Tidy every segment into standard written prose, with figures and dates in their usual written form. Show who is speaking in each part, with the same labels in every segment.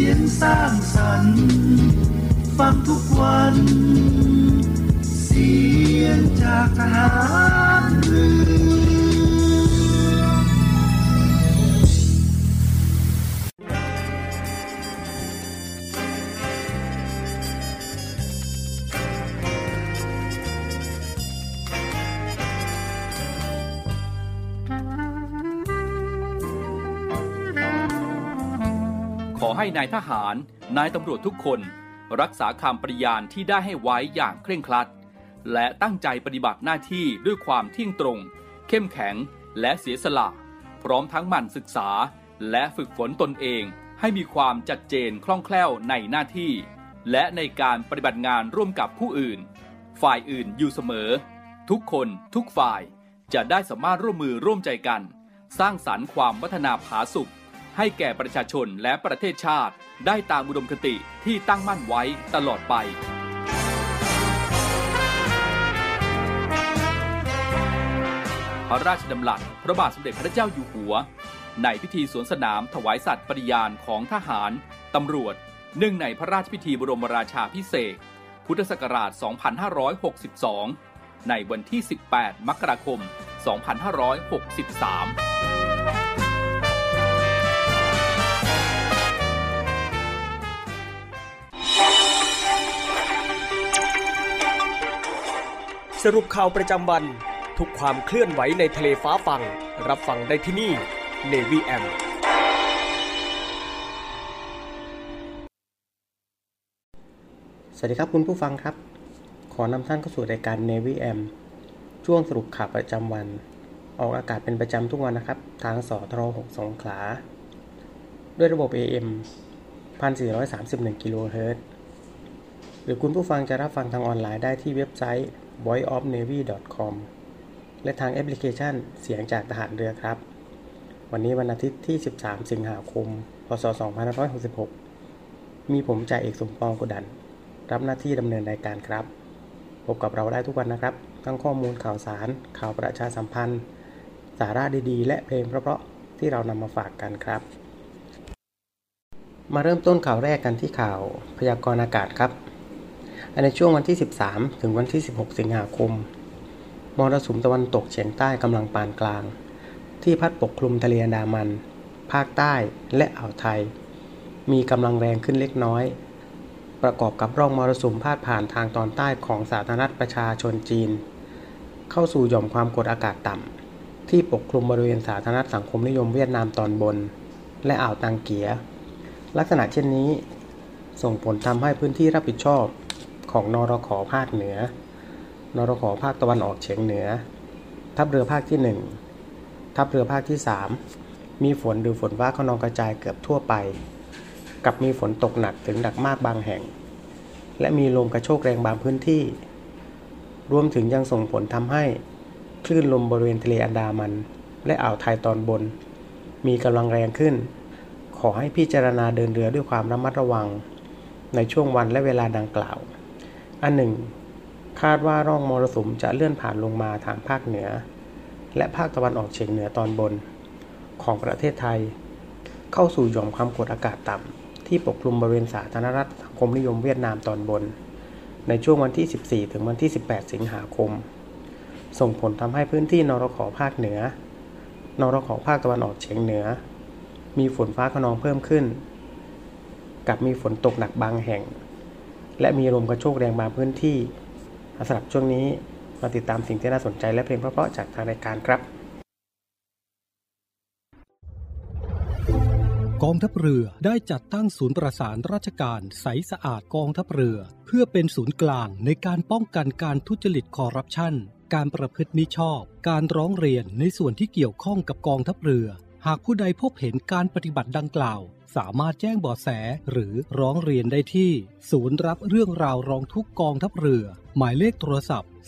Speaker 1: ยงสร้างสรรค์ฟังทุกวันเสียงจากทหารเรือ
Speaker 2: ขอให้นายทหารนายตำรวจทุกคนรักษาคำปฏิญาณที่ได้ให้ไว้อย่างเคร่งครัดและตั้งใจปฏิบัติหน้าที่ด้วยความเที่ยงตรงเข้มแข็งและเสียสละพร้อมทั้งหมั่นศึกษาและฝึกฝนตนเองให้มีความชัดเจนคล่องแคล่วในหน้าที่และในการปฏิบัติงานร่วมกับผู้อื่นฝ่ายอื่นอยู่เสมอทุกคนทุกฝ่ายจะได้สามารถร่วมมือร่วมใจกันสร้างสรรค์ความพัฒนาผาสุกให้แก่ประชาชนและประเทศชาติได้ตามอุดมคติที่ตั้งมั่นไว้ตลอดไปพระราชดำรัสพระบาทสมเด็จพระเจ้าอยู่หัวในพิธีสวนสนามถวายสัตย์ปฏิญาณของทหารตำรวจเนื่องในพระราชพิธีบรมราชาภิเษกพุทธศักราช 2562 ในวันที่ 18 มกราคม 2563
Speaker 3: สรุปข่าวประจำวันทุกความเคลื่อนไหวในทะเลฟ้าฟังรับฟังได้ที่นี่ Navy AM
Speaker 4: สวัสดีครับคุณผู้ฟังครับขอนำท่านเข้าสู่รายการ Navy AM ช่วงสรุปข่าวประจำวันออกอากาศเป็นประจำทุกวันนะครับทางสทร6สงขลาด้วยระบบ AM 1431 กิโลเฮิรตซ์หรือคุณผู้ฟังจะรับฟังทางออนไลน์ได้ที่เว็บไซต์ voiceofnavy.com และทางแอปพลิเคชันเสียงจากทหารเรือครับวันนี้วันอาทิตย์ที่13สิงหาคมพ.ศ. 2566มีผมจ่าเอกสมปองกุดันรับหน้าที่ดำเนินรายการครับพบกับเราได้ทุกวันนะครับทั้งข้อมูลข่าวสารข่าวประชาสัมพันธ์สาระดีๆและเพลงเพราะๆที่เรานำมาฝากกันครับมาเริ่มต้นข่าวแรกกันที่ข่าวพยากรณ์อากาศครับในช่วงวันที่13ถึงวันที่16สิงหาคมมรสุมตะวันตกเฉียงใต้กำลังปานกลางที่พัดปกคลุมทะเลอันดามันภาคใต้และอ่าวไทยมีกำลังแรงขึ้นเล็กน้อยประกอบกับร่องมรสุมพาดผ่านทางตอนใต้ของสาธารณรัฐประชาชนจีนเข้าสู่หย่อมความกดอากาศต่ำที่ปกคลุมบริเวณสาธารณรัฐสังคมนิยมเวียดนามตอนบนและอ่าวตังเกียลักษณะเช่นนี้ส่งผลทำให้พื้นที่รับผิดชอบของนรข.ภาคเหนือนรข.ภาคตะวันออกเฉียงเหนือทัพเรือภาคที่1ทัพเรือภาคที่3มีฝนหรือฝนฟ้าคะนองกระจายเกือบทั่วไปกับมีฝนตกหนักถึงหนักมากบางแห่งและมีลมกระโชกแรงบางพื้นที่รวมถึงยังส่งผลทำให้คลื่นลมบริเวณทะเลอันดามันและอ่าวไทยตอนบนมีกำลังแรงขึ้นขอให้พิจารณาเดินเรือด้วยความระมัดระวังในช่วงวันและเวลาดังกล่าวอันหนึ่งคาดว่าร่องมรสุมจะเลื่อนผ่านลงมาทางภาคเหนือและภาคตะวันออกเฉียงเหนือตอนบนของประเทศไทยเข้าสู่หย่อมความกดอากาศต่ำที่ปกคลุมบริเวณสาธารณรัฐสังคมนิยมเวียดนามตอนบนในช่วงวันที่14ถึงวันที่18สิงหาคมส่งผลทำให้พื้นที่นรข.ภาคเหนือนรข.ภาคตะวันออกเฉียงเหนือมีฝนฟ้าคะนองเพิ่มขึ้นกับมีฝนตกหนักบางแห่งและมีลมกระโชกแรงบางพื้นที่สำหรับช่วงนี้มาติดตามสิ่งที่น่าสนใจและเพลงเพราะๆจากทางรายการครับ
Speaker 5: กองทัพเรือได้จัดตั้งศูนย์ประสานราชการใสสะอาดกองทัพเรือเพื่อเป็นศูนย์กลางในการป้องกันการทุจริตคอร์รัปชันการประพฤติมิชอบการร้องเรียนในส่วนที่เกี่ยวข้องกับกองทัพเรือหากผู้ใดพบเห็นการปฏิบัติดังกล่าวสามารถแจ้งเบาะแสหรือร้องเรียนได้ที่ศูนย์รับเรื่องราวร้องทุกข์กองทัพเรือหมายเลขโทรศัพท์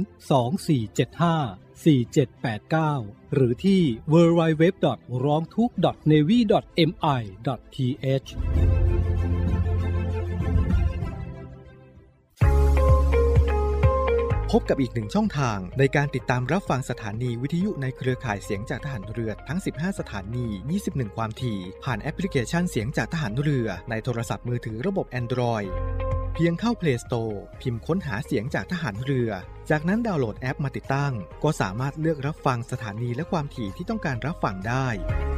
Speaker 5: 024754789หรือที่ www.rongthuk.navy.mi.th
Speaker 6: พบกับอีกหนึ่งช่องทางในการติดตามรับฟังสถานีวิทยุในเครือข่ายเสียงจากทหารเรือทั้ง15สถานี21ความถี่ผ่านแอปพลิเคชันเสียงจากทหารเรือในโทรศัพท์มือถือระบบ Android เพียงเข้า Play Store พิมพ์ค้นหาเสียงจากทหารเรือจากนั้นดาวน์โหลดแอปมาติดตั้งก็สามารถเลือกรับฟังสถานีและความถี่ที่ต้องการรับฟังได้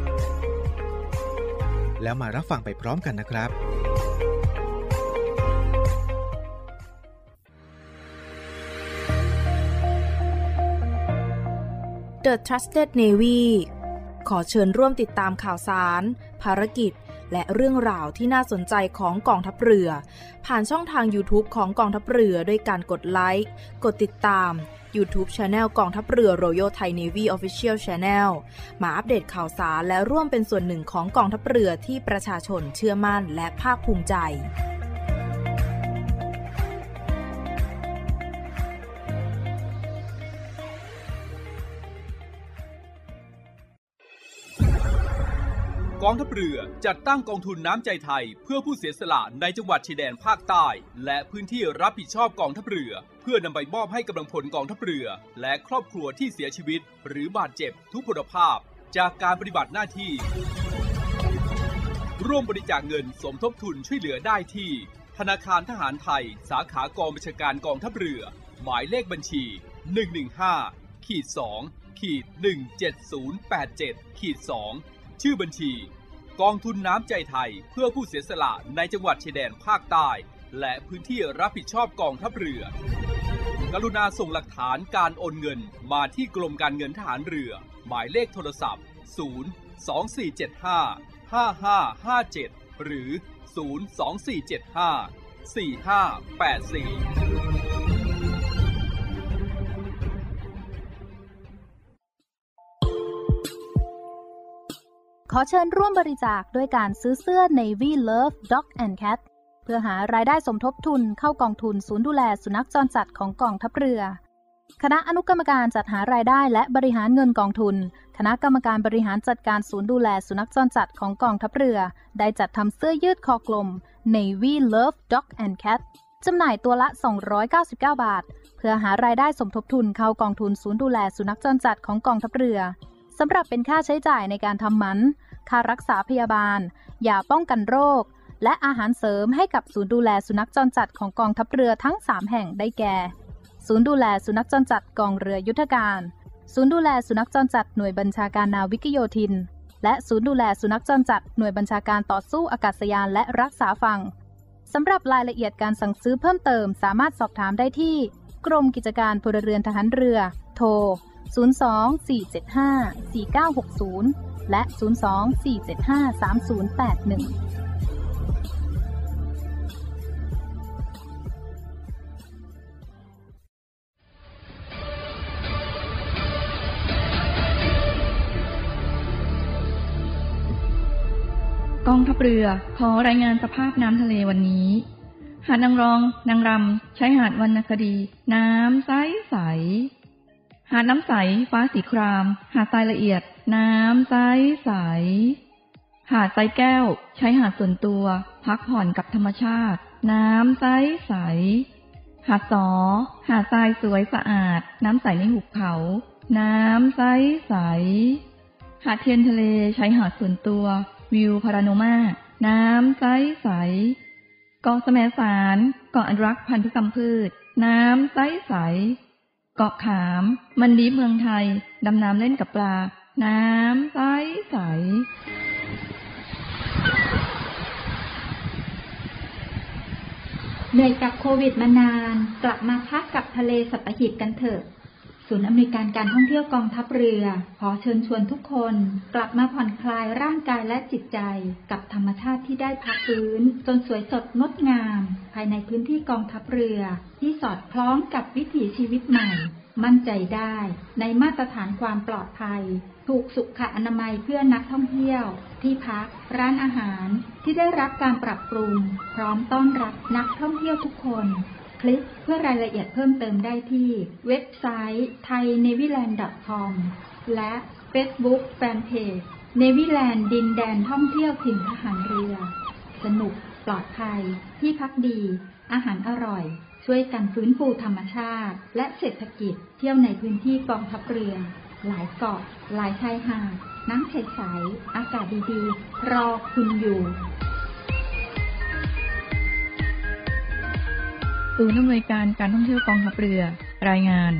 Speaker 6: แล้วมารับฟังไปพร้อมกันนะครับ
Speaker 7: The Trusted Navy ขอเชิญร่วมติดตามข่าวสารภารกิจและเรื่องราวที่น่าสนใจของกองทัพเรือผ่านช่องทาง YouTube ของกองทัพเรือด้วยการกดไลค์กดติดตาม YouTube Channel กองทัพเรือ Royal Thai Navy Official Channel มาอัปเดตข่าวสารและร่วมเป็นส่วนหนึ่งของกองทัพเรือที่ประชาชนเชื่อมั่นและภาคภูมิใจ
Speaker 2: กองทัพเรือจัดตั้งกองทุนน้ำใจไทยเพื่อผู้เสียสละในจังหวัดชายแดนภาคใต้และพื้นที่รับผิดชอบกองทัพเรือเพื่อนำไปมอบให้กำลังพลกองทัพเรือและครอบครัวที่เสียชีวิตหรือบาดเจ็บทุพพลภาพจากการปฏิบัติหน้าที่ร่วมบริจาคเงินสมทบทุนช่วยเหลือได้ที่ธนาคารทหารไทยสาขากองบัญชาการกองทัพเรือหมายเลขบัญชี 115-2-17087-2ชื่อบัญชีกองทุนน้ำใจไทยเพื่อผู้เสียสละในจังหวัดชายแดนภาคใต้และพื้นที่รับผิดชอบกองทัพเรือกรุณาส่งหลักฐานการโอนเงินมาที่กรมการเงินทหารเรือหมายเลขโทรศัพท์024755557หรือ024754584
Speaker 8: ขอเชิญร่วมบริจาคด้วยการซื้อเสื้อ Navy Love Dog and Cat เพื่อหารายได้สมทบทุนเข้ากองทุนศูนย์ดูแลสุนัขจรจัดของกองทัพเรือคณะอนุกรรมการจัดหารายได้และบริหารเงินกองทุนคณะกรรมการบริหารจัดการศูนย์ดูแลสุนัขจรจัดของกองทัพเรือได้จัดทำเสื้อยืดคอกลม Navy Love Dog and Cat จำหน่ายตัวละ299 บาทเพื่อหารายได้สมทบทุนเข้ากองทุนศูนย์ดูแลสุนัขจรจัดของกองทัพเรือสำหรับเป็นค่าใช้จ่ายในการทำหมันค่ารักษาพยาบาลยาป้องกันโรคและอาหารเสริมให้กับศูนย์ดูแลสุนัขจรจัดของกองทัพเรือทั้ง3แห่งได้แก่ศูนย์ดูแลสุนัขจรจัดกองเรือยุทธการศูนย์ดูแลสุนัขจรจัดหน่วยบัญชาการนาวิกโยธินและศูนย์ดูแลสุนัขจรจัดหน่วยบัญชาการต่อสู้อากาศยานและรักษาฝั่งสำหรับรายละเอียดการสั่งซื้อเพิ่มเติมสามารถสอบถามได้ที่กรมกิจการพลเรือนทหารเรือโทร024754960และ024753081
Speaker 9: กองทัพเรือขอรายงานสภาพน้ำทะเลวันนี้หาดนางรองนางรำชายหาดวรรณคดีน้ำใสใสหาดน้ำใสฟ้าสีครามหาดทรายละเอียดน้ำใสใสหาดทรายแก้วชายหาดส่วนตัวพักผ่อนกับธรรมชาติน้ำใสใสหาดสอหาดทรายสวยสะอาดน้ำใสในหุบเขาน้ำใสใสหาดเทียนทะเลชายหาดส่วนตัววิวพาราโนมาน้ำใสใสเกาะแสมสารเกาะอนุรักษ์พันธุกรรมพืชน้ำใสใสเกาะขามมันดีเมืองไทยดำน้ำเล่นกับปลาน้ำใสใส
Speaker 10: เหนื่อยกับโควิดมานานกลับมาพักกับทะเลสัตหีบกันเถอะศูนย์อำนวยการการท่องเที่ยวกองทัพเรือขอเชิญชวนทุกคนกลับมาผ่อนคลายร่างกายและจิตใจกับธรรมชาติที่ได้พักฟื้นจนสวยสดงดงามภายในพื้นที่กองทัพเรือที่สอดคล้องกับวิถีชีวิตใหม่มั่นใจได้ในมาตรฐานความปลอดภัยถูกสุขอนามัยเพื่อนักท่องเที่ยวที่พักร้านอาหารที่ได้รับการปรับปรุงพร้อมต้อนรับนักท่องเที่ยวทุกคนคลิกเพื่อรายละเอียดเพิ่มเติมได้ที่เว็บไซต์ thainewiland.com และ Facebook Fanpage Newiland ดินแดนท่องเที่ยวถิ่นทหารเรือสนุกปลอดภัยที่พักดีอาหารอร่อยชช่วยกันฟื้นฟูธรรมชาติและเศรษฐกิจเที่ยวในพื้นที่กองทัพเรือหลายเกาะหลายชายหาดน้ำใสๆอากาศดีๆรอคุณอยู่
Speaker 9: ศูนย์อำนวยการการท่องเที่ยวกองทัพเรือรายงาน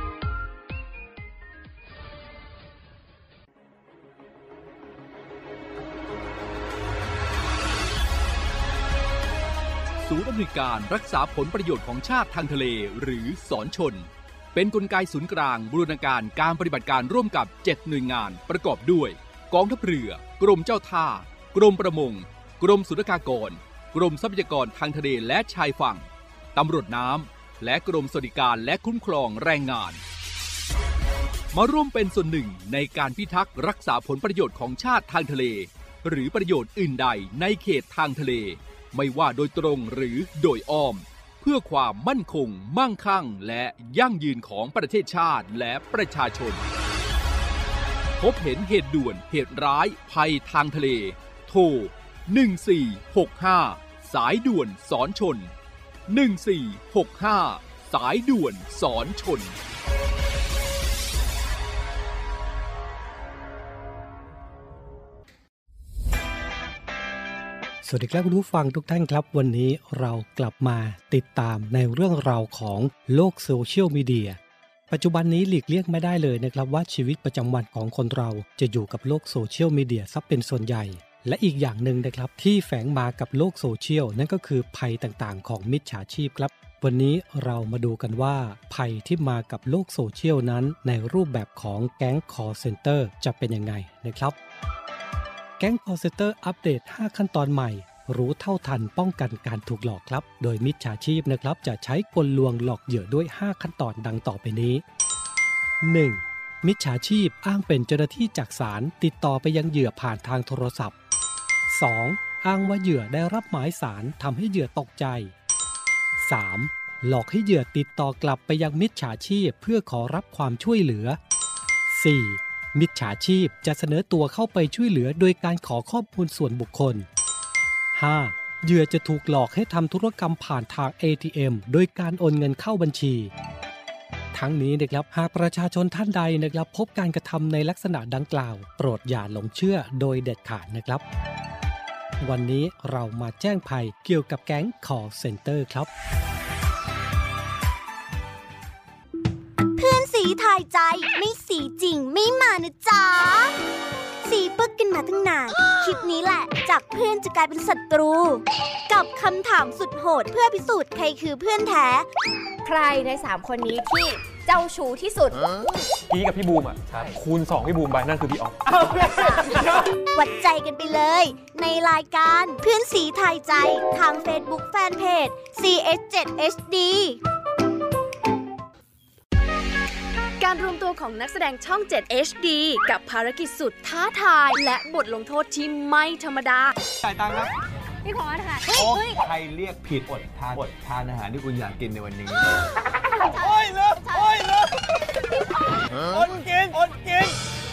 Speaker 2: ศูนย์อำนวยการรักษาผลประโยชน์ของชาติทางทะเลหรือศรชนเป็นกลไกศูนย์กลางบูรณาการการปฏิบัติการร่วมกับ7หน่วยงานประกอบด้วยกองทัพเรือกรมเจ้าท่ากรมประมงกรมศุลกากรกรมทรัพยากรทางทะเลและชายฝั่งตำรวจน้ำและกรมสวัสดิการและคุ้มครองแรงงานมาร่วมเป็นส่วนหนึ่งในการพิทักษ์รักษาผลประโยชน์ของชาติทางทะเลหรือประโยชน์อื่นใดในเขตทางทะเลไม่ว่าโดยตรงหรือโดยอ้อมเพื่อความมั่นคงมั่งคั่งและยั่งยืนของประเทศชาติและประชาชนพบเห็นเหตุด่วนเหตุร้ายภัยทางทะเลโทร1465สายด่วนสอนชน1465สายด่วนสอนชน
Speaker 5: สวัสดีครับคุณผู้ฟังทุกท่านครับวันนี้เรากลับมาติดตามในเรื่องราวของโลกโซเชียลมีเดียปัจจุบันนี้หลีกเลี่ยงไม่ได้เลยนะครับว่าชีวิตประจำวันของคนเราจะอยู่กับโลกโซเชียลมีเดียซะเป็นส่วนใหญ่และอีกอย่างหนึ่งนะครับที่แฝงมากับโลกโซเชียลนั่นก็คือภัยต่างๆของมิจฉาชีพครับวันนี้เรามาดูกันว่าภัยที่มากับโลกโซเชียลนั้นในรูปแบบของแก๊ง call center จะเป็นยังไงนะครับแก๊ง call center อัปเดต5ขั้นตอนใหม่รู้เท่าทันป้องกันการถูกหลอกครับโดยมิจฉาชีพนะครับจะใช้กลลวงหลอกเหยื่อด้วย5ขั้นตอนดังต่อไปนี้ 1. มิจฉาชีพอ้างเป็นเจ้าหน้าที่จากศาลติดต่อไปยังเหยื่อผ่านทางโทรศัพท์ 2. อ้างว่าเหยื่อได้รับหมายศาลทำให้เหยื่อตกใจ 3. หลอกให้เหยื่อติดต่อกลับไปยังมิจฉาชีพเพื่อขอรับความช่วยเหลือ 4. มิจฉาชีพจะเสนอตัวเข้าไปช่วยเหลือโดยการขอข้อมูลส่วนบุคคล 5. เหยื่อจะถูกหลอกให้ทำธุรกรรมผ่านทาง ATM โดยการโอนเงินเข้าบัญชีทั้งนี้นะครับหากประชาชนท่านใดนะครับพบการกระทำในลักษณะดังกล่าวโปรดอย่าหลงเชื่อโดยเด็ดขาดนะครับวันนี้เรามาแจ้งภัยเกี่ยวกับแก๊ง call center ครับ
Speaker 11: เพื่อนสีทายใจไม่สีจริงไม่มานะจ๊ะสีปึกกันมาตั้งนานคลิปนี้แหละจากเพื่อนจะกลายเป็นศัตรูกับคำถามสุดโหดเพื่อพิสูจน์ใครคือเพื่อนแท้
Speaker 12: ใครใน3คนนี้ที่เจ้าชู้ที่สุด
Speaker 13: พี่กับพี่บูมอ่ะคูณ2พี่บูมไปนั่นคือพี่ออฟ
Speaker 11: วัดใจกันไปเลยในรายการเพื่อนสีทายใจทาง Facebook Fanpage CS7HD การรวมตัวของนักแสดงช่อง 7HD กับภารกิจสุดท้าทายและบทลงโทษที่ไม่ธรรมดา
Speaker 13: จ่ายตังค์ครับ
Speaker 12: พี่ขออาหาร
Speaker 13: ใครเรียกผิดอดทานอาหารที่คุณอยากกินในวันนี้โอ้ยเลยอดกิน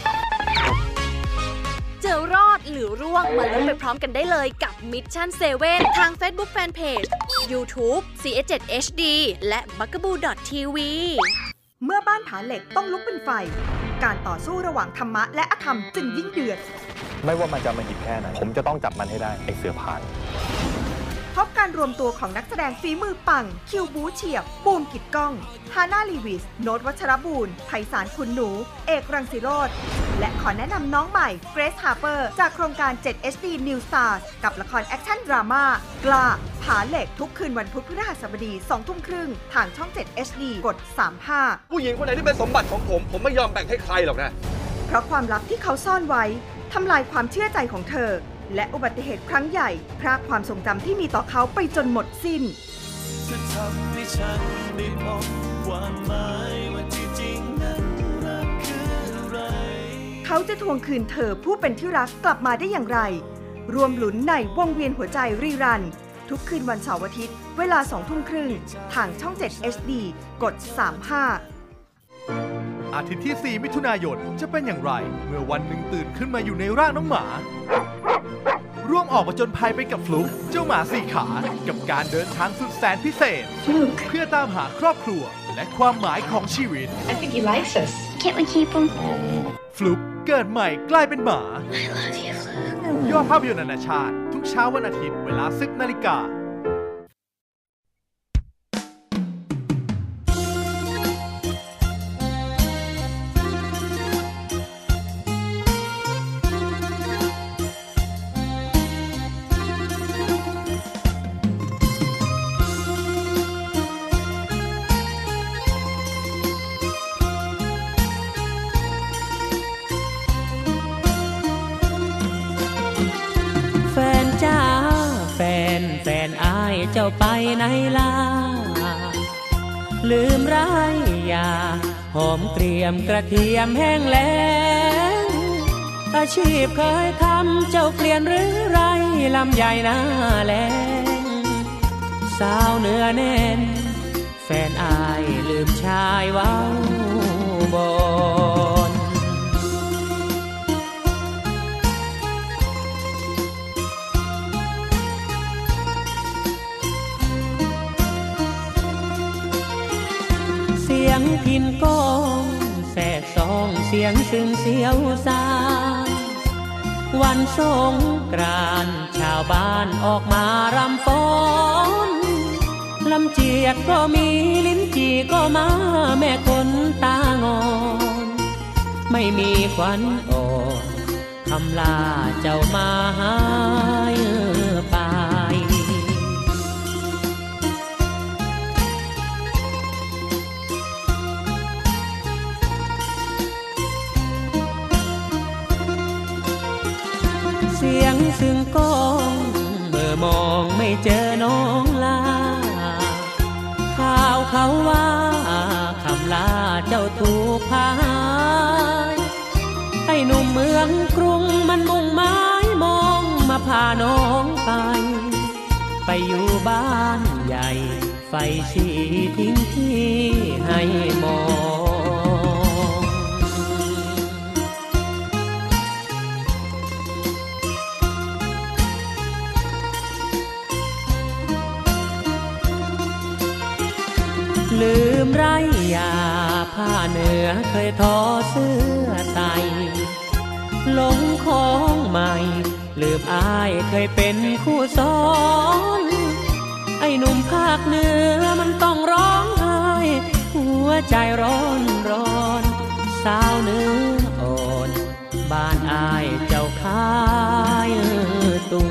Speaker 11: จะรอดหรือร่วงมาลุ้นไปพร้อมกันได้เลยกับ Mission 7 ทาง Facebook Fanpage YouTube CS7HD และ bugaboo.tv
Speaker 14: เมื่อบ้านผาเหล็กต้องลุกเป็นไฟการต่อสู้ระหว่างธรรมะและอธรรมจึงยิ่งเดือด
Speaker 13: ไม่ว่ามันจะมาหยิบแค่ไหนผมจะต้องจับมันให้ได้ไอ้เสือผ่าน
Speaker 14: พบการรวมตัวของนักแสดงฝีมือปังคิวบูเฉียบบูมกิจก้องฮาน่าลีวิสโนตวัชรบูรณ์ไพศาลคุณหนูเอกรังสิโรจน์และขอแนะนำน้องใหม่เกรซฮาร์เปอร์จากโครงการ 7HD New Stars กับละครแอคชั่นดราม่ากล้าผาเหล็กทุกคืนวันพุธพฤหัสบดี 20:30 ทางช่อง 7HD กด 35
Speaker 13: ผู้หญิงคนไหนที่เป็นสมบัติของผมไม่ยอมแบ่งให้ใครหรอกนะ
Speaker 14: เพราะความลับที่เขาซ่อนไว้ทำลายความเชื่อใจของเธอและอุบัติเหตุครั้งใหญ่พรากความทรงจำที่มีต่อเขาไปจนหมดสิ้นจะทำให้ฉันได้พบความหมายว่าที่จริงนั้นรักคืออะไรเขาจะทวงคืนเธอผู้เป็นที่รักกลับมาได้อย่างไรรวมลุ้นในวงเวียนหัวใจรีรันทุกคืนวันเสาร์อาทิตย์เวลา 20:30 ทางช่อง 7HD กด 35
Speaker 15: อาทิตย์ที่ 4 มิถุนายนจะเป็นอย่างไรเมื่อวันหนึ่งตื่นขึ้นมาอยู่ในร่างน้องหมาร่วมออกผจญภัยไปกับฟลุ๊กเจ้าหมาสี่ขากับการเดินทางสุดแสนพิเศษเพื่อตามหาครอบครัวและความหมายของชีวิต
Speaker 16: I think he likes us. Can't we keep him?
Speaker 15: ฟลุ๊กเกิดใหม่กลายเป็นหมา
Speaker 16: I love you, Fluke.
Speaker 15: ยอดภาพยนตร์นานาชาติทุกเช้าวันอาทิตย์เวลา 10 นาฬิกา
Speaker 17: เจ้าไปไหนล่ะลืมไรยาหอมเกรียมกระเทียมแห้งแล้งอาชีพเคยทำเจ้าเปลี่ยนหรือไรลำใหญ่หน้าแลงสาวเนื้อแน่นแฟนอายลืมชายเว้าบนเสียงพินโก้งแสกสองเสียงซึ้งเสียวซาวันสงกรานต์ชาวบ้านออกมารำฟ้อนลำเจียดก็มีลิ้นจี่ก็มาแม่คนตางอนไม่มีขวัญอ่อนคำลาเจ้ามาหายไปเสียงซึ่งก้องเมื่อมองไม่เจอน้องลาข่าวเขาว่าคำลาเจ้าถูกพายไอ้หนุ่มเมืองกรุงมันมุ่งหมายมองมาพาน้องไปอยู่บ้านใหญ่ไฟสีทิ้งที่ให้มองลืมไรยาผ้าเหนือเคยทอเสื้อใส่หลงของใหม่ลืมอายเคยเป็นคู่ซ้อนไอ้หนุ่มภาคเหนือมันต้องร้องไห้หัวใจร้อนร้อนสาวเนื้ออ่อนบ้านอายเจ้าขายตัว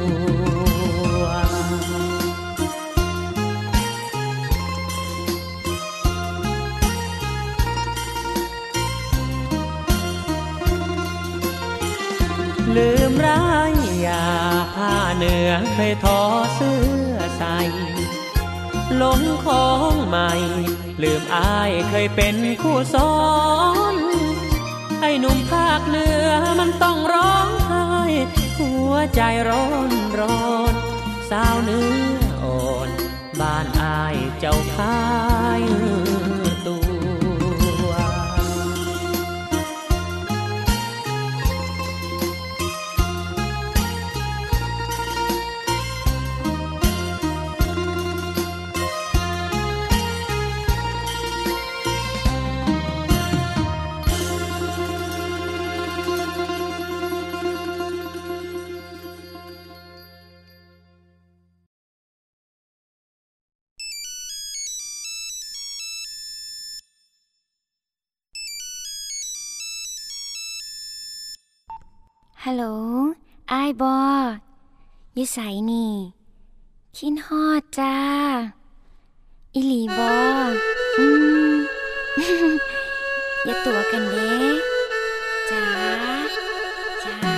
Speaker 17: ลืมไรยาผ้าเหนือเคยทอเสื้อใส่หลงของใหม่ลืมอายเคยเป็นคู่ซ้อนไอ้หนุ่มภาคเหนือมันต้องร้องไห้หัวใจร้อนร้อนสาวเนื้ออ่อนบ้านอายเจ้าขายตัว
Speaker 18: ฮัลโหลอ้ายบออยู่ไสนี่คิดฮอดจ้าอิหลีบออย่าตัวกันเด้จ้าจ้า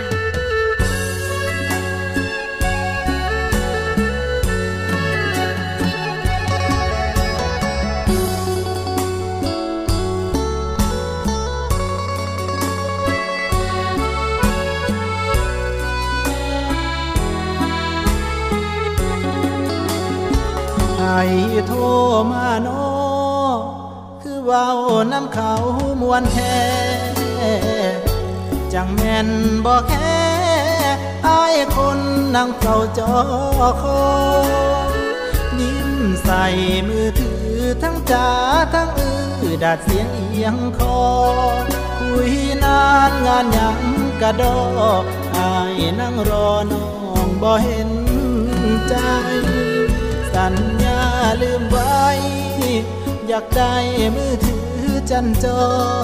Speaker 19: โทรมาโนคือเว้าน้ำเขามวนแท้จังแม่นบ่แค่อ้ายคนนั่งเฝ้าจอคอยยิ้มใส่มือถือทั้งจ๋าทั้งดาดเสียงเอียงคอคุยนานงานยังกระดออ้ายนั่งรอน้องบ่เห็นใจสัญญาลืมไว้อยากได้มือถือจันจอ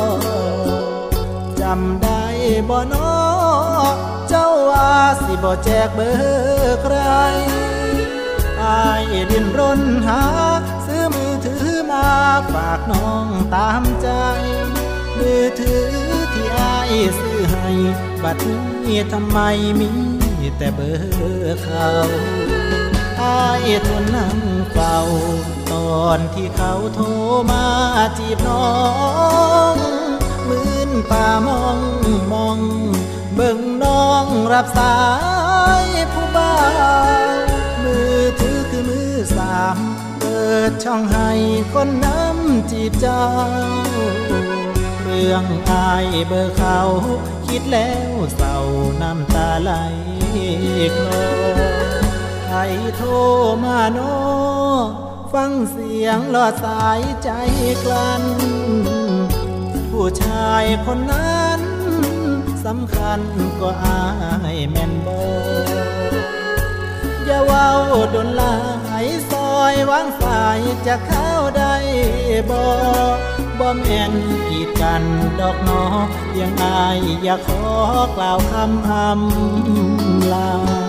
Speaker 19: จำได้บ่น้อเจ้าว่าสิบ่แจกเบอร์ใครอ้ายดิ้นรนหาซื้อมือถือมาฝากน้องตามใจมือถือที่อ้ายซื้อให้บัดนี้ทำไมมีแต่เบอร์เขาอ้ายทนนั่งเฝ้าตอนที่เขาโทรมาจีบน้องมืนตามองเบิ่งน้องรับสายผู้บ่าวมือถือคือมือสามเปิดช่องให้คนน้ำจีบเจ้าเรื่องอายเบอร์เขาคิดแล้วเศร้าน้ำตาไหลคลอใครโทรมาโนฟังเสียงหลอดสายใจกลั้นผู้ชายคนนั้นสำคัญก็อายแม่นบ่อย่าเว้าดนลายซอยวางสายจะเข้าได้บ่แม่นกีดกันดอกน้อยังอายอยากขอกล่าวคำอำลา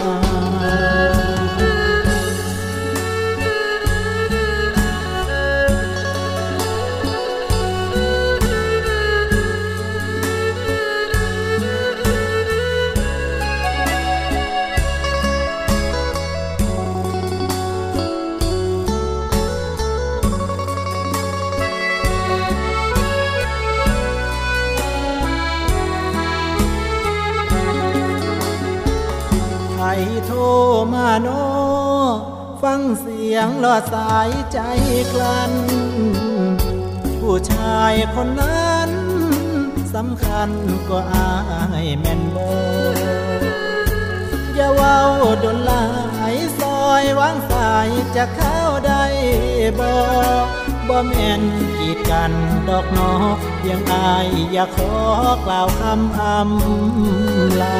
Speaker 19: โทรมาโนฟังเสียงหลอดสายใจกลั้นผู้ชายคนนั้นสำคัญก็อายแม่นบ่อย่าเว้าดนลายซอยวางสายจะเข้าได้บ่แม่นกีดกันดอกน้อยังอายอยากขอกล่าวคำอำลา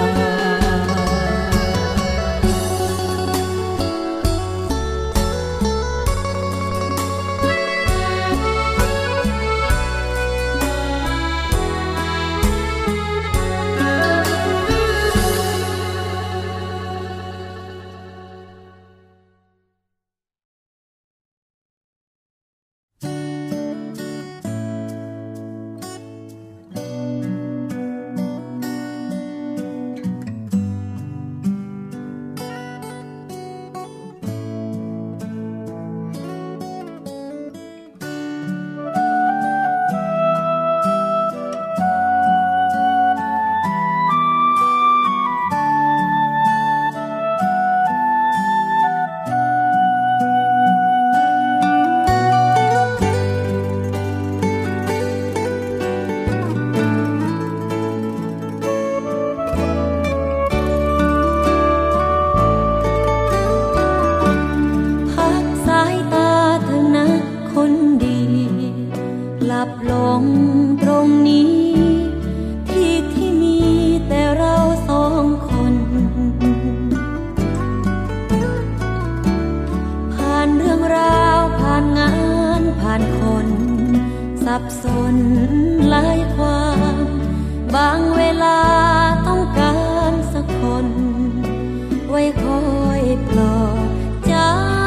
Speaker 20: สับสนหลายความบางเวลาต้องการสักคนไว้คอยปลอบใจ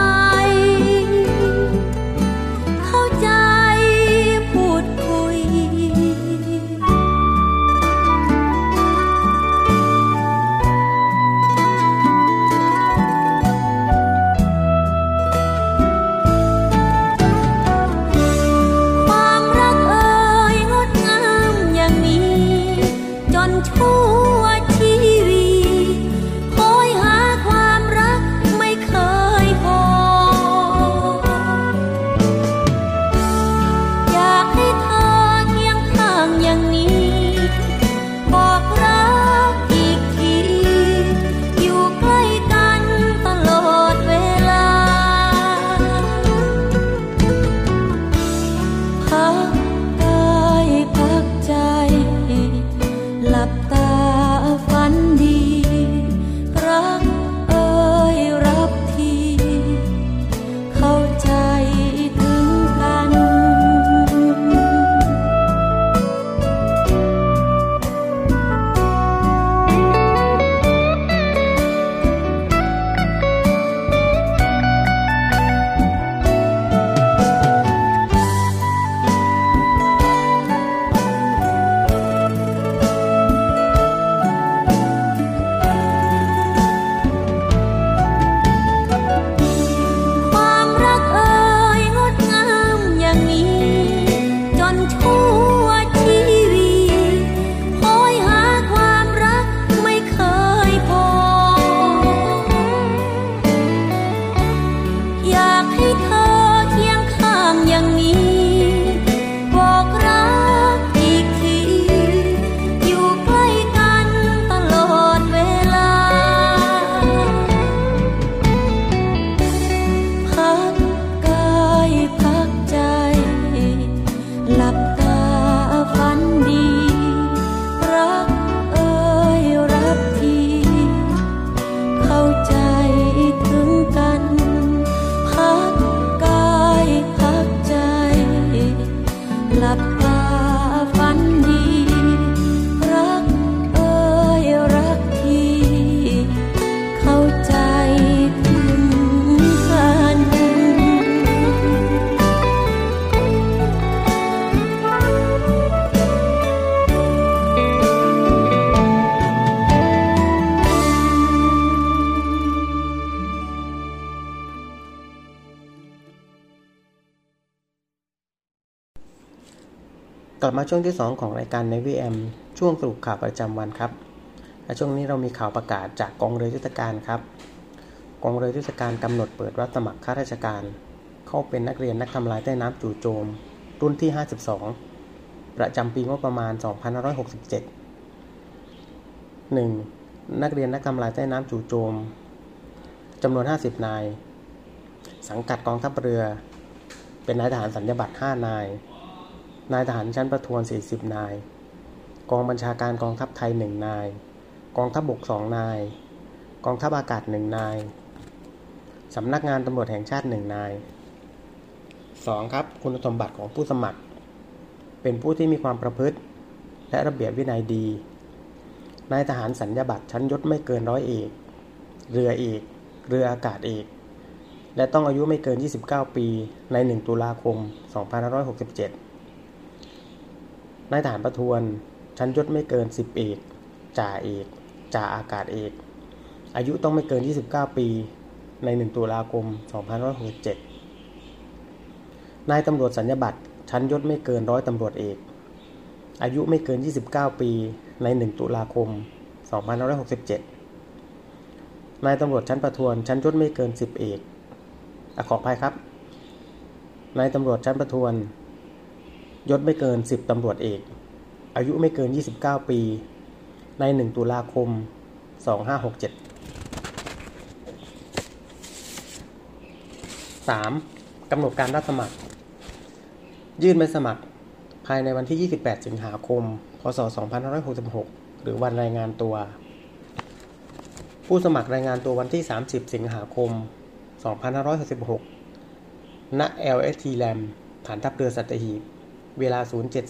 Speaker 20: เข้าใจพูดคุยความรักเอ่ยงดงามอย่างนี้จนช
Speaker 4: ต่อมาช่วงที่2ของรายการ Navy AM ช่วงสรุปข่าวประจำวันครับและช่วงนี้เรามีข่าวประกาศจากกองเรือยุทธการครับกองเรือยุทธการกำหนดเปิดรับสมัครข้าราชการเข้าเป็นนักเรียนนักทำลายใต้น้ำจู่โจมรุ่นที่52ประจำปีงบประมาณ 2567 1. นักเรียนนักทำลายใต้น้ำจู่โจมจำนวน50นายสังกัดกองทัพเรือเป็นนายทหารสัญญาบัตร5นายนายทหารชั้นประทวน40นายกองบัญชาการกองทัพไทย1นายกองทัพบก2นายกองทัพอากาศ1นายสำนักงานตำรวจแห่งชาติ1นาย 2. ครับคุณสมบัติของผู้สมัครเป็นผู้ที่มีความประพฤติและระเบียบวินัยดีนายทหารสัญญาบัตรชั้นยศไม่เกินร้อยเอกเรือเอกเรืออากาศเอกและต้องอายุไม่เกิน29ปีใน1ตุลาคม2567นายทหารประทวนชั้นยศไม่เกิน10เอกจ่าเอกจ่าอากาศเอกอายุต้องไม่เกิน29ปีใน1ตุลาคม2567นายตำรวจสัญญาบัตรชั้นยศไม่เกินร้อยตำรวจเอกอายุไม่เกิน29ปีใน1ตุลาคม2567นายตำรวจชั้นประทวนชั้นยศไม่เกิน10เอกขออภัยครับนายตำรวจชั้นประทวนยศไม่เกิน10ตำรวจเอกอายุไม่เกิน29ปีใน1ตุลาคม2567 3. กำหนดการรับสมัครยื่นใบสมัครภายในวันที่28สิงหาคมพ.ศ. 2566หรือวันรายงานตัวผู้สมัครรายงานตัววันที่30สิงหาคม2566ณ LST LAM ฐานทัพเรือสัตหีบเวลา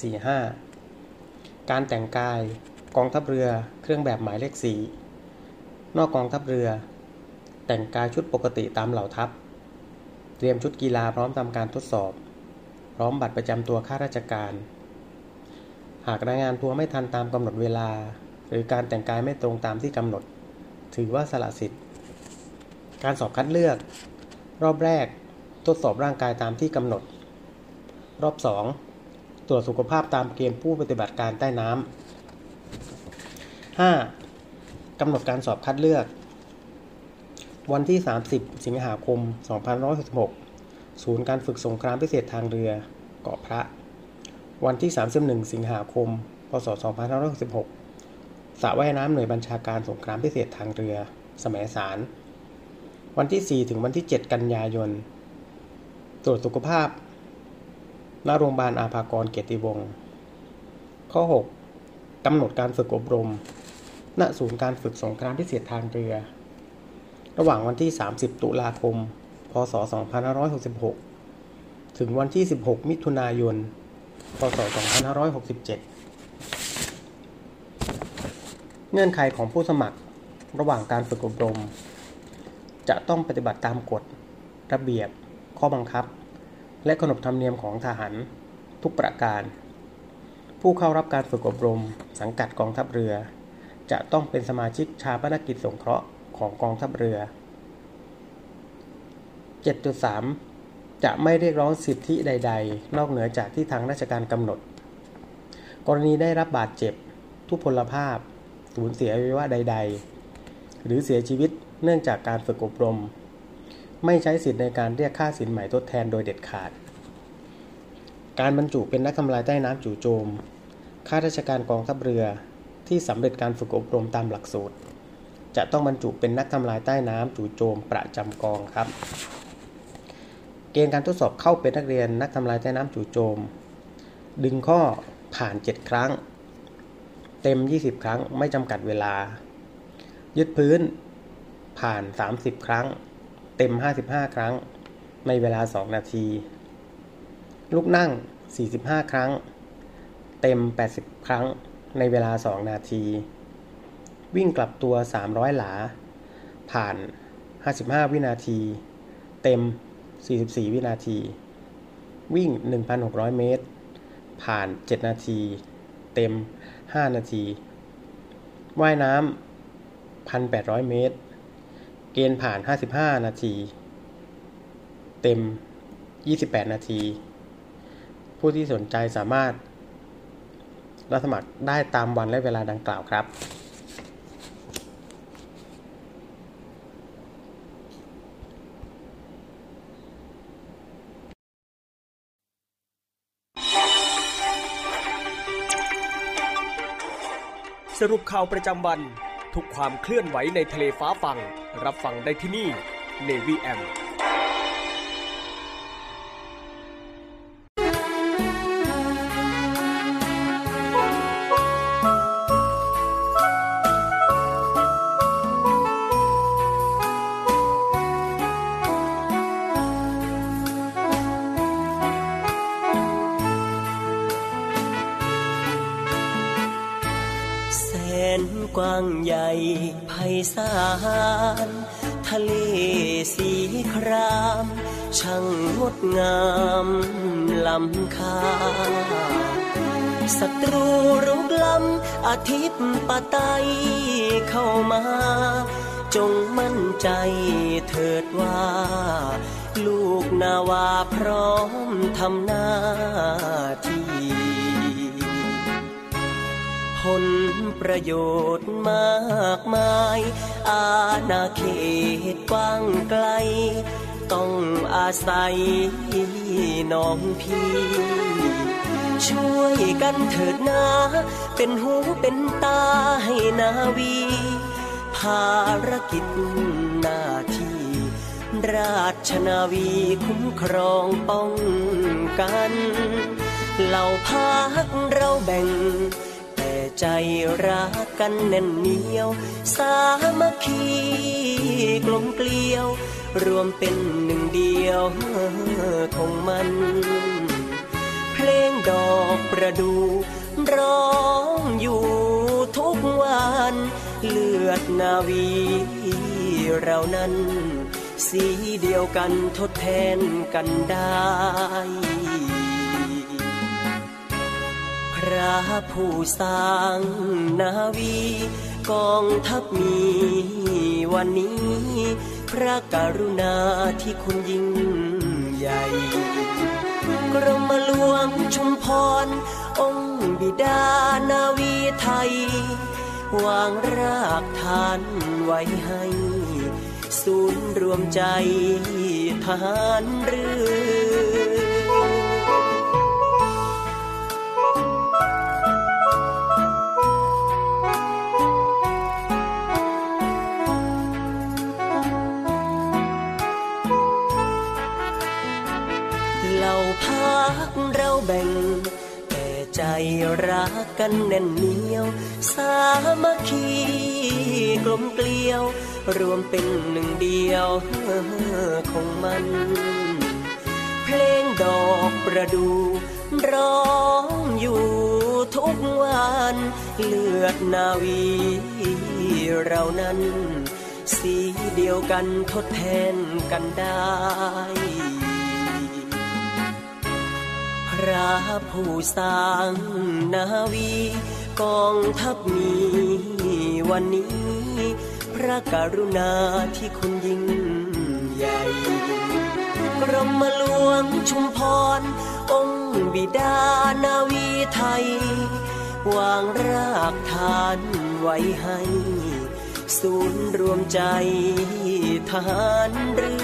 Speaker 4: 07:45 การแต่งกายกองทัพเรือเครื่องแบบหมายเลข4นอกกองทัพเรือแต่งกายชุดปกติตามเหล่าทัพเตรียมชุดกีฬาพร้อมทำการทดสอบพร้อมบัตรประจำตัวข้าราชการหากรายงานตัวไม่ทันตามกำหนดเวลาหรือการแต่งกายไม่ตรงตามที่กำหนดถือว่าสละสิทธิ์การสอบคัดเลือกรอบแรกทดสอบร่างกายตามที่กำหนดรอบ2ตรวจสุขภาพตามเกณฑ์ผู้ปฏิบัติการใต้น้ำ 5. กำหนดการสอบคัดเลือกวันที่30สิงหาคม2566ศูนย์การฝึกสงครามพิเศษทางเรือเกาะพระวันที่31สิงหาคมพ.ศ. 2566สระว่ายน้ำหน่วยบัญชาการสงครามพิเศษทางเรือแสมสารวันที่4ถึงวันที่7กันยายนตรวจสุขภาพณโรงพยาบาลอาภากรเกียรติวงศ์ข้อ6กำหนดการฝึกอบรมณศูนย์การฝึกสงครามพิเศษทางเรือระหว่างวันที่30ตุลาคมพ.ศ. 2566ถึงวันที่16มิถุนายนพ.ศ. 2567เงื่อนไขของผู้สมัครระหว่างการฝึกอบรมจะต้องปฏิบัติตามกฎระเบียบข้อบังคับและขนบธรรมเนียมของทหารทุกประการผู้เข้ารับการฝึกอบรมสังกัดกองทัพเรือจะต้องเป็นสมาชิกชาปนกิจสงเคราะห์ของกองทัพเรือ 7.3 จะไม่เรียกร้องสิทธิใดๆนอกเหนือจากที่ทางราชการกำหนดกรณีได้รับบาดเจ็บทุพพลภาพสูญเสียอวัยวะใดๆหรือเสียชีวิตเนื่องจากการฝึกอบรมไม่ใช้สิทธิในการเรียกค่าสินใหม่ทดแทนโดยเด็ดขาดการบรรจุเป็นนักทำลายใต้น้ำจู่โจมข้าราชการกองทัพเรือที่สำเร็จการฝึกอบรมตามหลักสูตรจะต้องบรรจุเป็นนักทำลายใต้น้ำจู่โจมประจำกองครับเกณฑ์การทดสอบเข้าเป็นนักเรียนนักทำลายใต้น้ำจู่โจมดึงข้อผ่าน7ครั้งเต็ม20ครั้งไม่จำกัดเวลายึดพื้นผ่าน30ครั้งเต็ม55ครั้งในเวลา2นาทีลุกนั่ง45ครั้งเต็ม80ครั้งในเวลา2นาทีวิ่งกลับตัว300หลาผ่าน55วินาทีเต็ม44วินาทีวิ่ง 1,600 เมตรผ่าน7นาทีเต็ม5นาทีว่ายน้ำ 1,800 เมตรเกณฑ์ผ่าน55นาทีเต็ม28นาทีผู้ที่สนใจสามารถรับสมัครได้ตามวันและเวลาดังกล่าวครับ
Speaker 3: สรุปข่าวประจำวันทุกความเคลื่อนไหวในทะเลฟ้าฟังรับฟังได้ที่นี่ Navy AM
Speaker 21: กว้างใหญ่ไพศาลทะเลสีครามช่างงดงามล้ำค่าศัตรูรุกล้ำอาทิตย์ปะไตเข้ามาจงมั่นใจเถิดว่าลูกนาวาพร้อมทำหน้าที่ผลประโยชน์มากมายอาณาเขตกว้างไกลต้องอาศัยน้องพี่ช่วยกันเถิดนาเป็นหูเป็นตาให้นาวีภารกิจหน้าที่ราชนาวีคุ้มครองป้องกันเหล่าพรรคเราแบ่งใจรักกันแน่นเหนียวสามัคคีกลมเกลียวรวมเป็นหนึ่งเดียวของมันเพลงดอกประดู่ร้องอยู่ทุกวันเลือดนาวีเรานั้นสีเดียวกันทดแทนกันได้พระผู้สร้างนาวีกองทัพมีวันนี้พระกรุณาที่คุณยิ่งใหญ่กรมหลวงชุมพรองค์บิดานาวีไทยวางรากฐานไว้ให้ศูนย์รวมใจทหารเรือเราแบ่งแต่ใจรักกันแน่นเหนียวสามัคคีกลมเกลียวรวมเป็นหนึ่งเดียวของมันเพลงดอกประดู่ร้องอยู่ทุกวันเลือดนาวีเรานั้นสีเดียวกันทดแทนกันได้พระผู้สร้างนาวีกองทัพมีวันนี้พระกรุณาที่คุณยิ่งใหญ่กรมหลวงชุมพรองค์บิดานาวีไทยวางรากฐานไว้ให้ศูนย์รวมใจทหารเรือ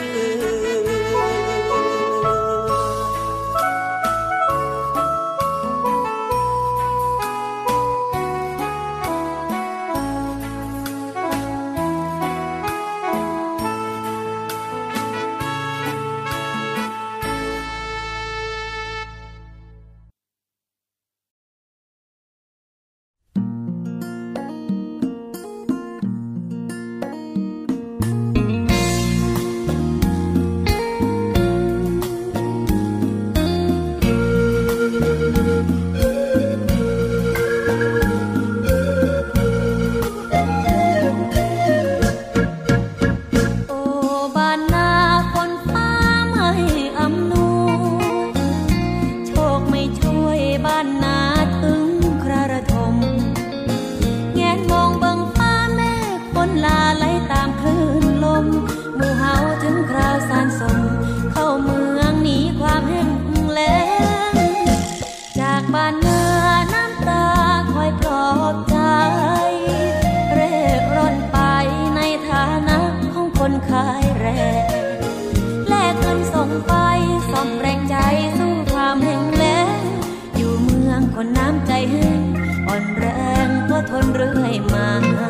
Speaker 20: คนเรื่อยมา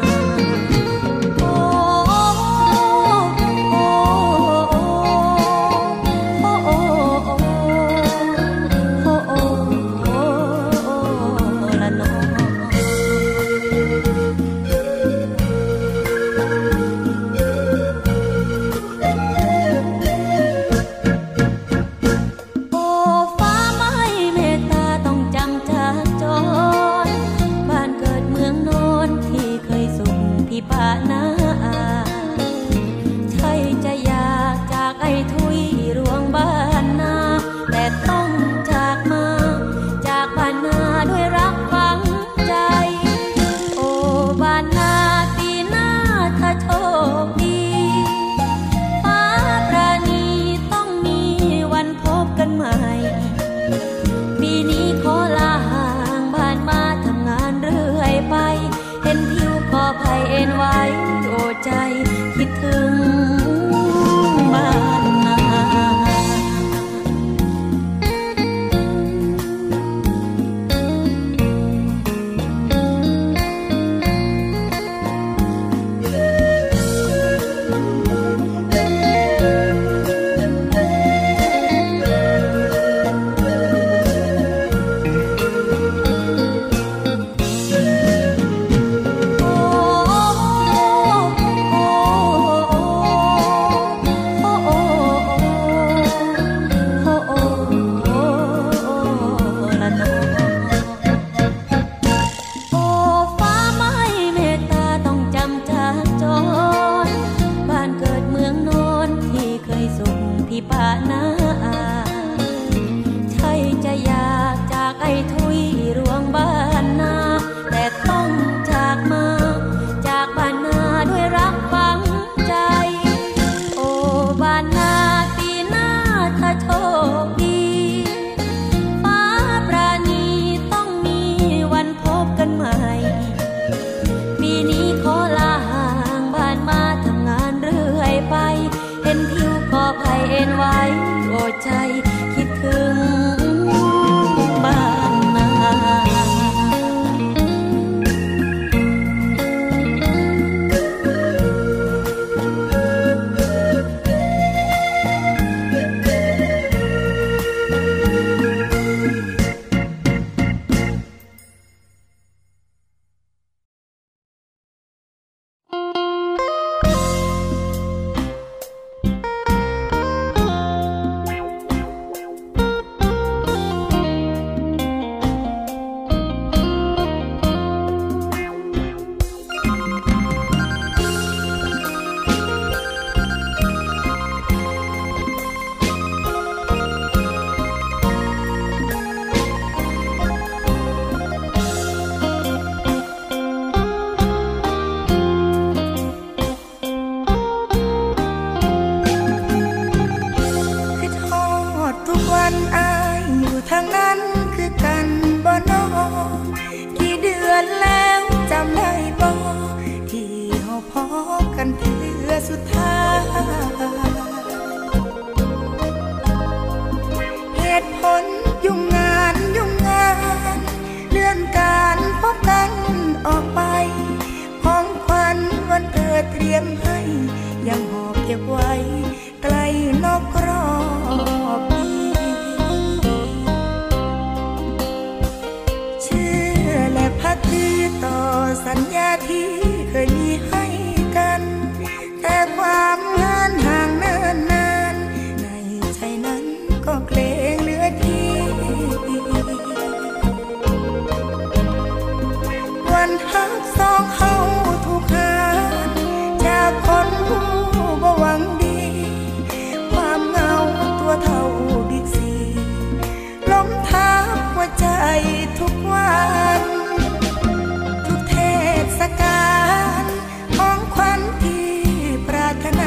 Speaker 1: ทุกวันทุกเทศกาลของขวัญที่ปรารถนา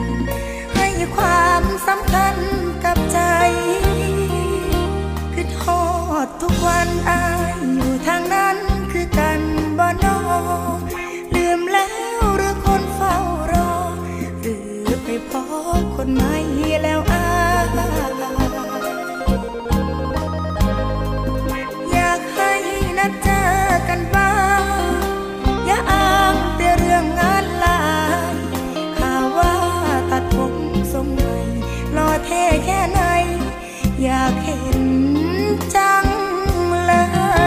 Speaker 1: สำคัญกับใจคือทอวันอายอยู่ทางนั้นคือกันบ่นอลืมแล้วหรือคนเฝ้ารอหรือไปพบคนใหม่แล้วอายอยากให้นัดเจอกันบ้างอย่าอ้างแต่เรื่องงานลายข่าวว่าตัดผมทรงใหม่หล่อเท่แค่ไหนอยากเห็นจังเลย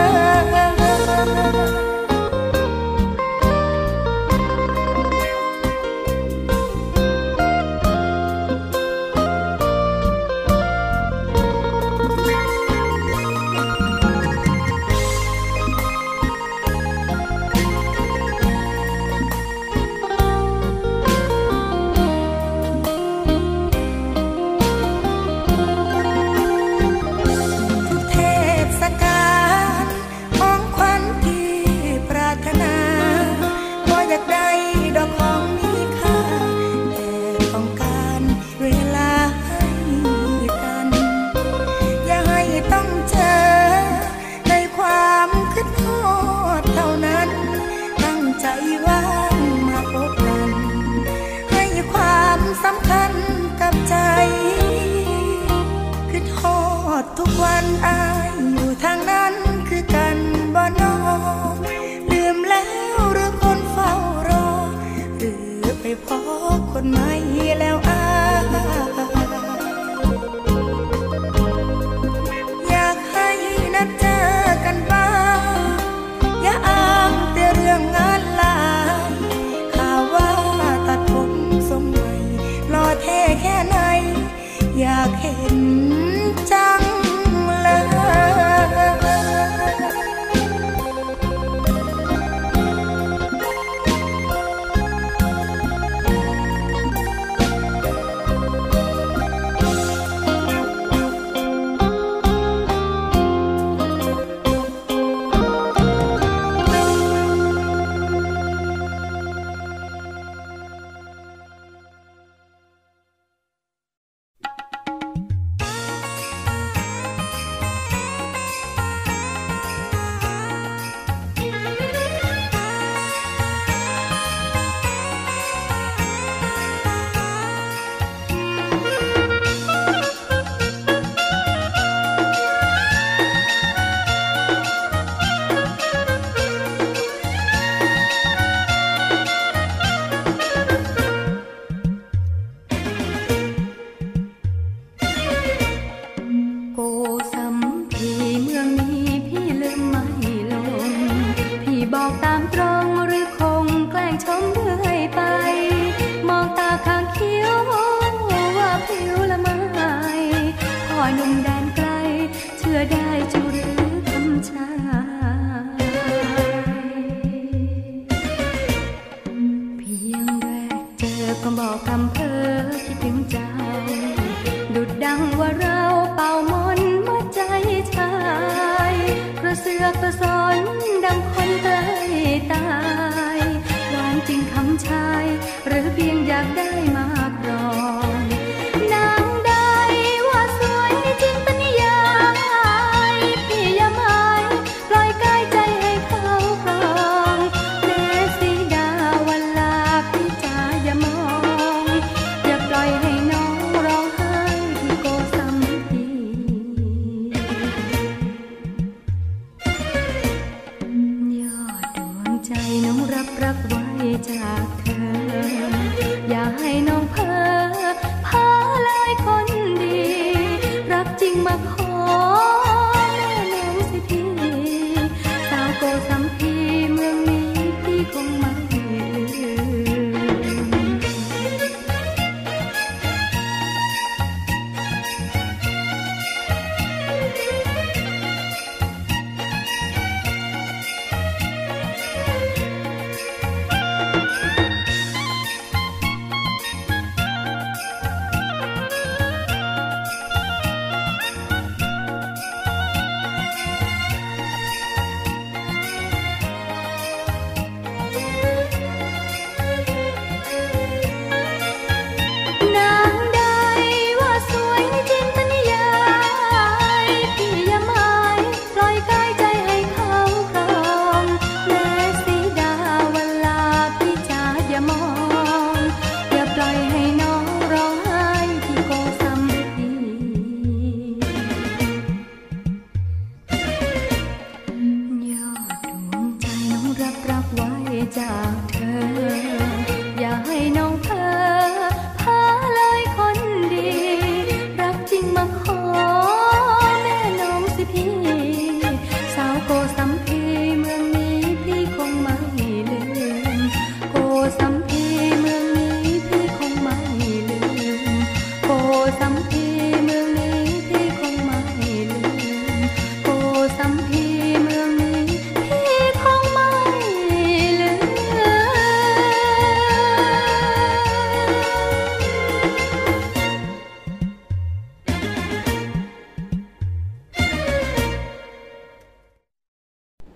Speaker 1: ทุกวันอายอยู่ทางนั้นคือกันบ่นอลืมแล้วหรือคนเฝ้ารอหรือไปพบคนใหม่แล้วอายอยากให้นัดเจอกันบ้างอย่าอ้างแต่เรื่องงานลายข่าวว่าตัดผมทรงใหม่หล่อเท่แค่ไหนอยากเห็นจัง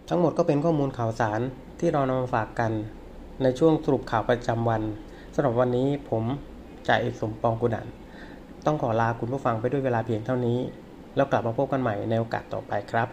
Speaker 4: ทั้งหมดก็เป็นข้อมูลข่าวสารที่เรานำมาฝากกันในช่วงสรุปข่าวประจำวันสำหรับวันนี้ผมจ่าเอกสมปองกุนันต้องขอลาคุณผู้ฟังไปด้วยเวลาเพียงเท่านี้แล้วกลับมาพบกันใหม่ในโอกาสต่อไปครับ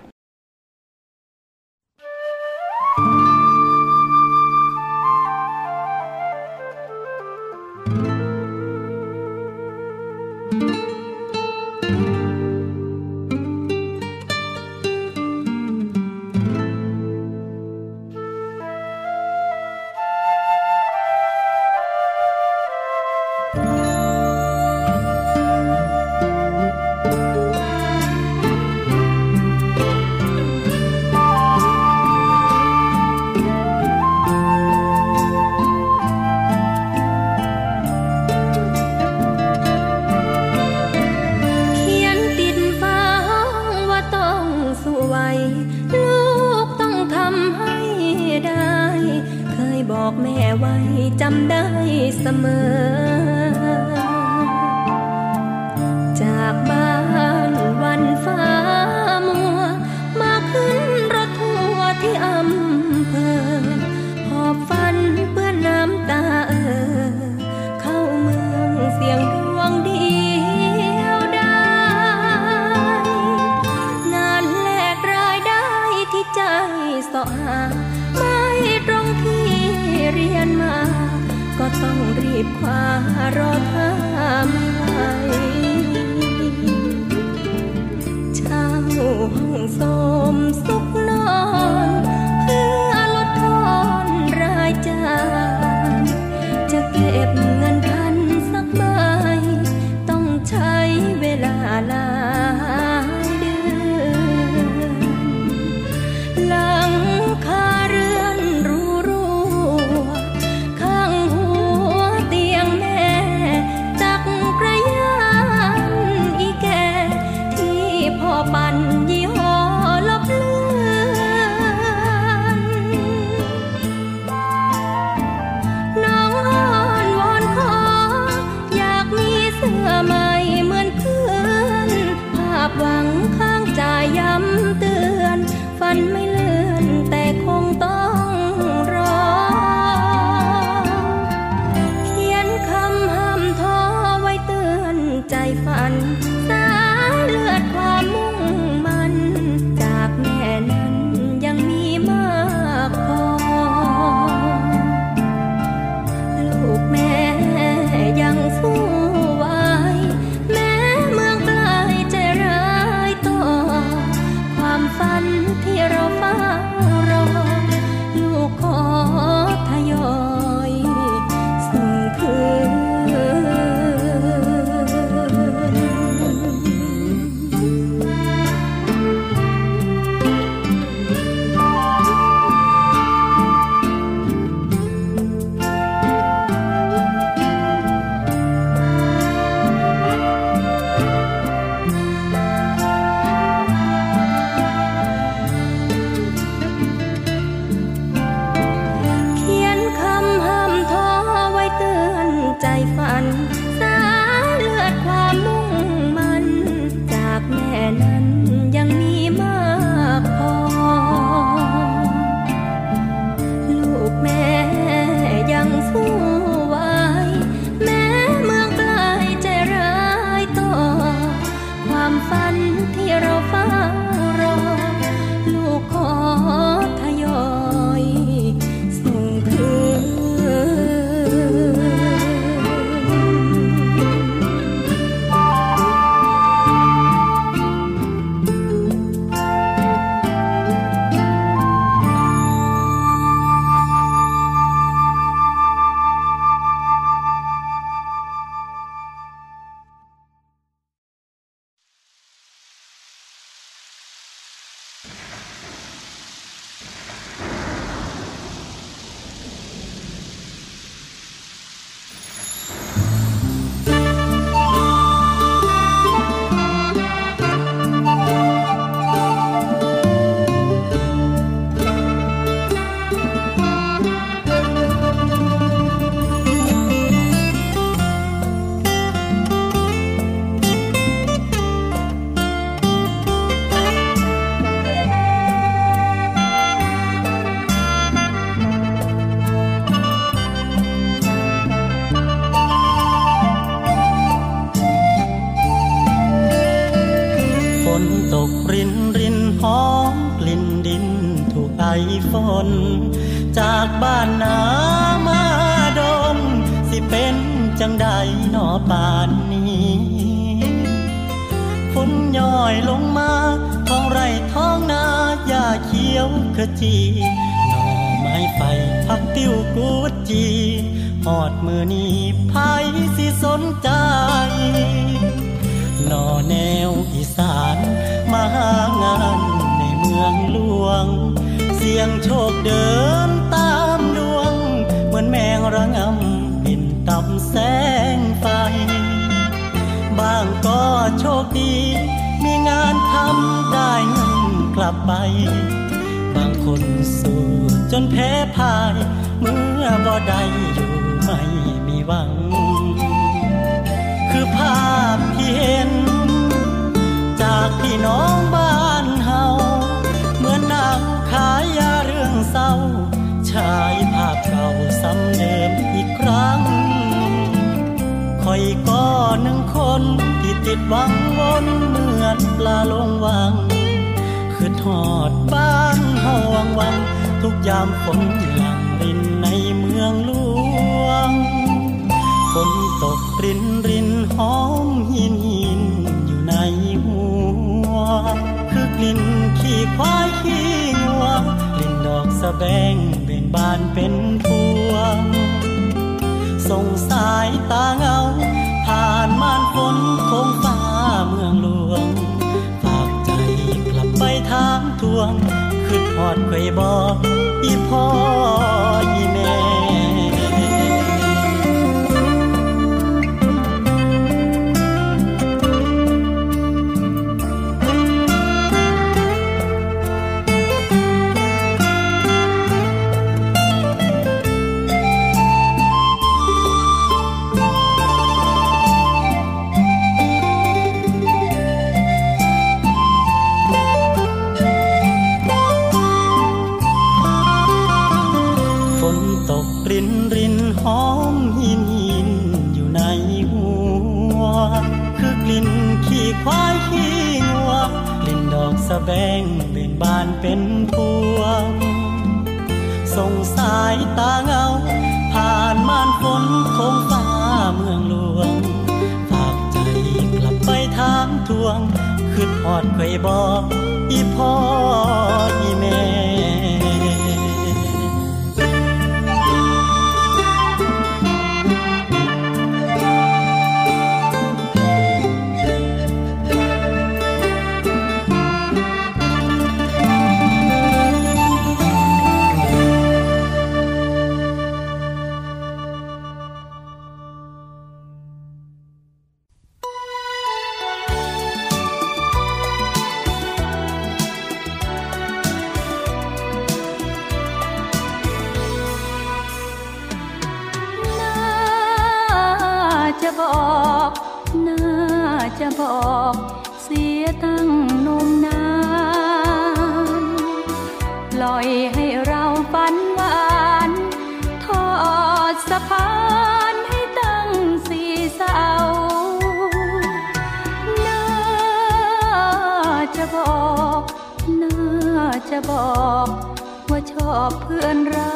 Speaker 20: จำได้เสมอจากบ้านวันฟ้ามัวมาขึ้นรถทัวร์ที่อำเภอหอบฝันเปื้อนน้ำตาเข้าเมืองเสียงดวงเดียวได้งานแลกรายได้ที่ใจเสาะหาไม่ตรงที่เรียนมาก็ต้องรีบคว้ารอท่าไม่ไหวเช่าห้องโสมสุขนอนเพื่อลดทอนรายจ่ายจะเก็บเงินพันสักใบต้องใช้เวลาหลายเดือนหลังคาเรือนปั่นยี่ห้อลบเลือ
Speaker 6: ไอฝนจากบ้านนามาดงสิเป็นจังใดหนอป่านนี้ฝนย่อยลงมาท้องไร่ท้องนาหญ้าเขียวขจีหน่อไม้ไฟผักติ้วกูดจีหอดมือนี้ไผสิสนใจหน่อแนวอีสานมาหางานในเมืองหลวงเสียงโชคเดินตามดวงเหมือนแมงระงำบินต่ำแสงไฟบางก็โชคดีมีงานทำได้เงินกลับไปบางคนสู้จนแพ้พ่ายเมื่อบ่ได้อยู่ไม่มีหวังคือภาพที่เห็นจากพี่น้องบ้านเฮาเหมือนหนังขายยาเรื่องเศร้าฉายภาพเก่าซ้ำเดิมอีกครั้งคอยก็หนึ่งคนที่ติดหวังวนเหมือนปลาลงวังคือทอดบ้านเฮาวังทุกยามฝนหลั่งรินในเมืองหลวงฝนตกรินรินหอมหินหินอยู่ในหัวคือกลิ่นขี้ควายขี้งัวกลิ่นดอกสะแบงเบ่งบานเป็นพวงส่งสายตาเงาผ่านม่านฝนคงฟ้าเมืองหลวงฝากใจกลับไปถามทวงขึ้นฮอดไข่บ่อีพ่ออีแม่รินรินหอมหินหินอยู่ในหัวคือกลิ่นขี้ควายขี้งัวกลิ่นดอกสะแบงเบ่งบานเป็นพวงส่งสายตาเงาผ่านม่านฝนคงฟ้าเมืองหลวงฝากใจกลับไปถามทวงขึ้นฮอดไข่บ่อีพ่ออีแม่
Speaker 20: จะบอกเสียตั้งนมนานปล่อยให้เราฝันหวานทอดสะพานให้ตั้งสี่เสาน่าจะบอกว่าชอบเพื่อนเรา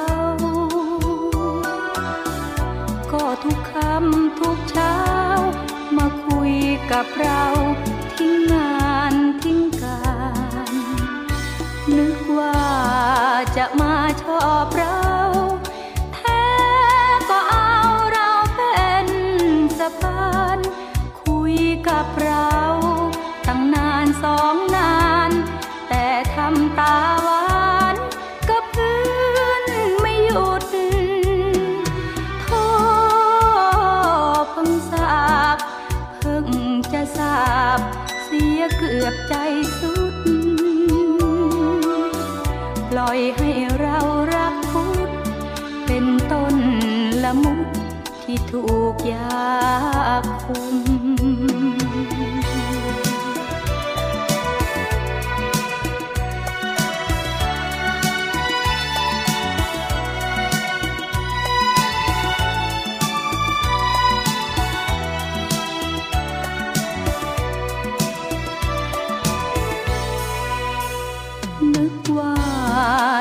Speaker 20: ก็ทุกคำทุกเช้ามาคุยกับเราทิ้งงานทิ้งการนึกว่าจะมาชอบเราแท้ก็เอาเราเป็นสะพานคุยกับเราตั้งนานสองนานแต่ทำตาหวานกับเพื่อนไม่หยุดโทษเพิ่งทราบจะทราบเสียเกือบใจสุดปล่อยให้เรารักพุทธเป็นต้นละมุดที่ถูกยาคุม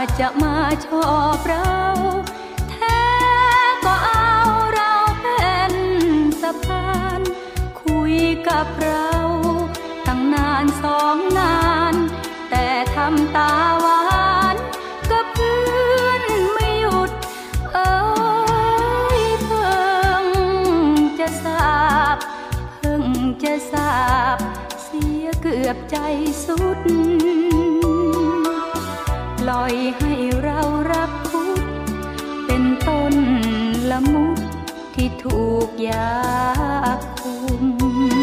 Speaker 20: จะมาชอบเราแท้ก็เอาเราเป็นสะพานคุยกับเราตั้งนานสองนานแต่ทำตาหวานกับเพื่อนไม่หยุดเอ้ยเพิ่งจะทราบเสียเกือบใจสุดปล่อยให้เรารักคุดเป็นต้นละมุดที่ถูกยาคุม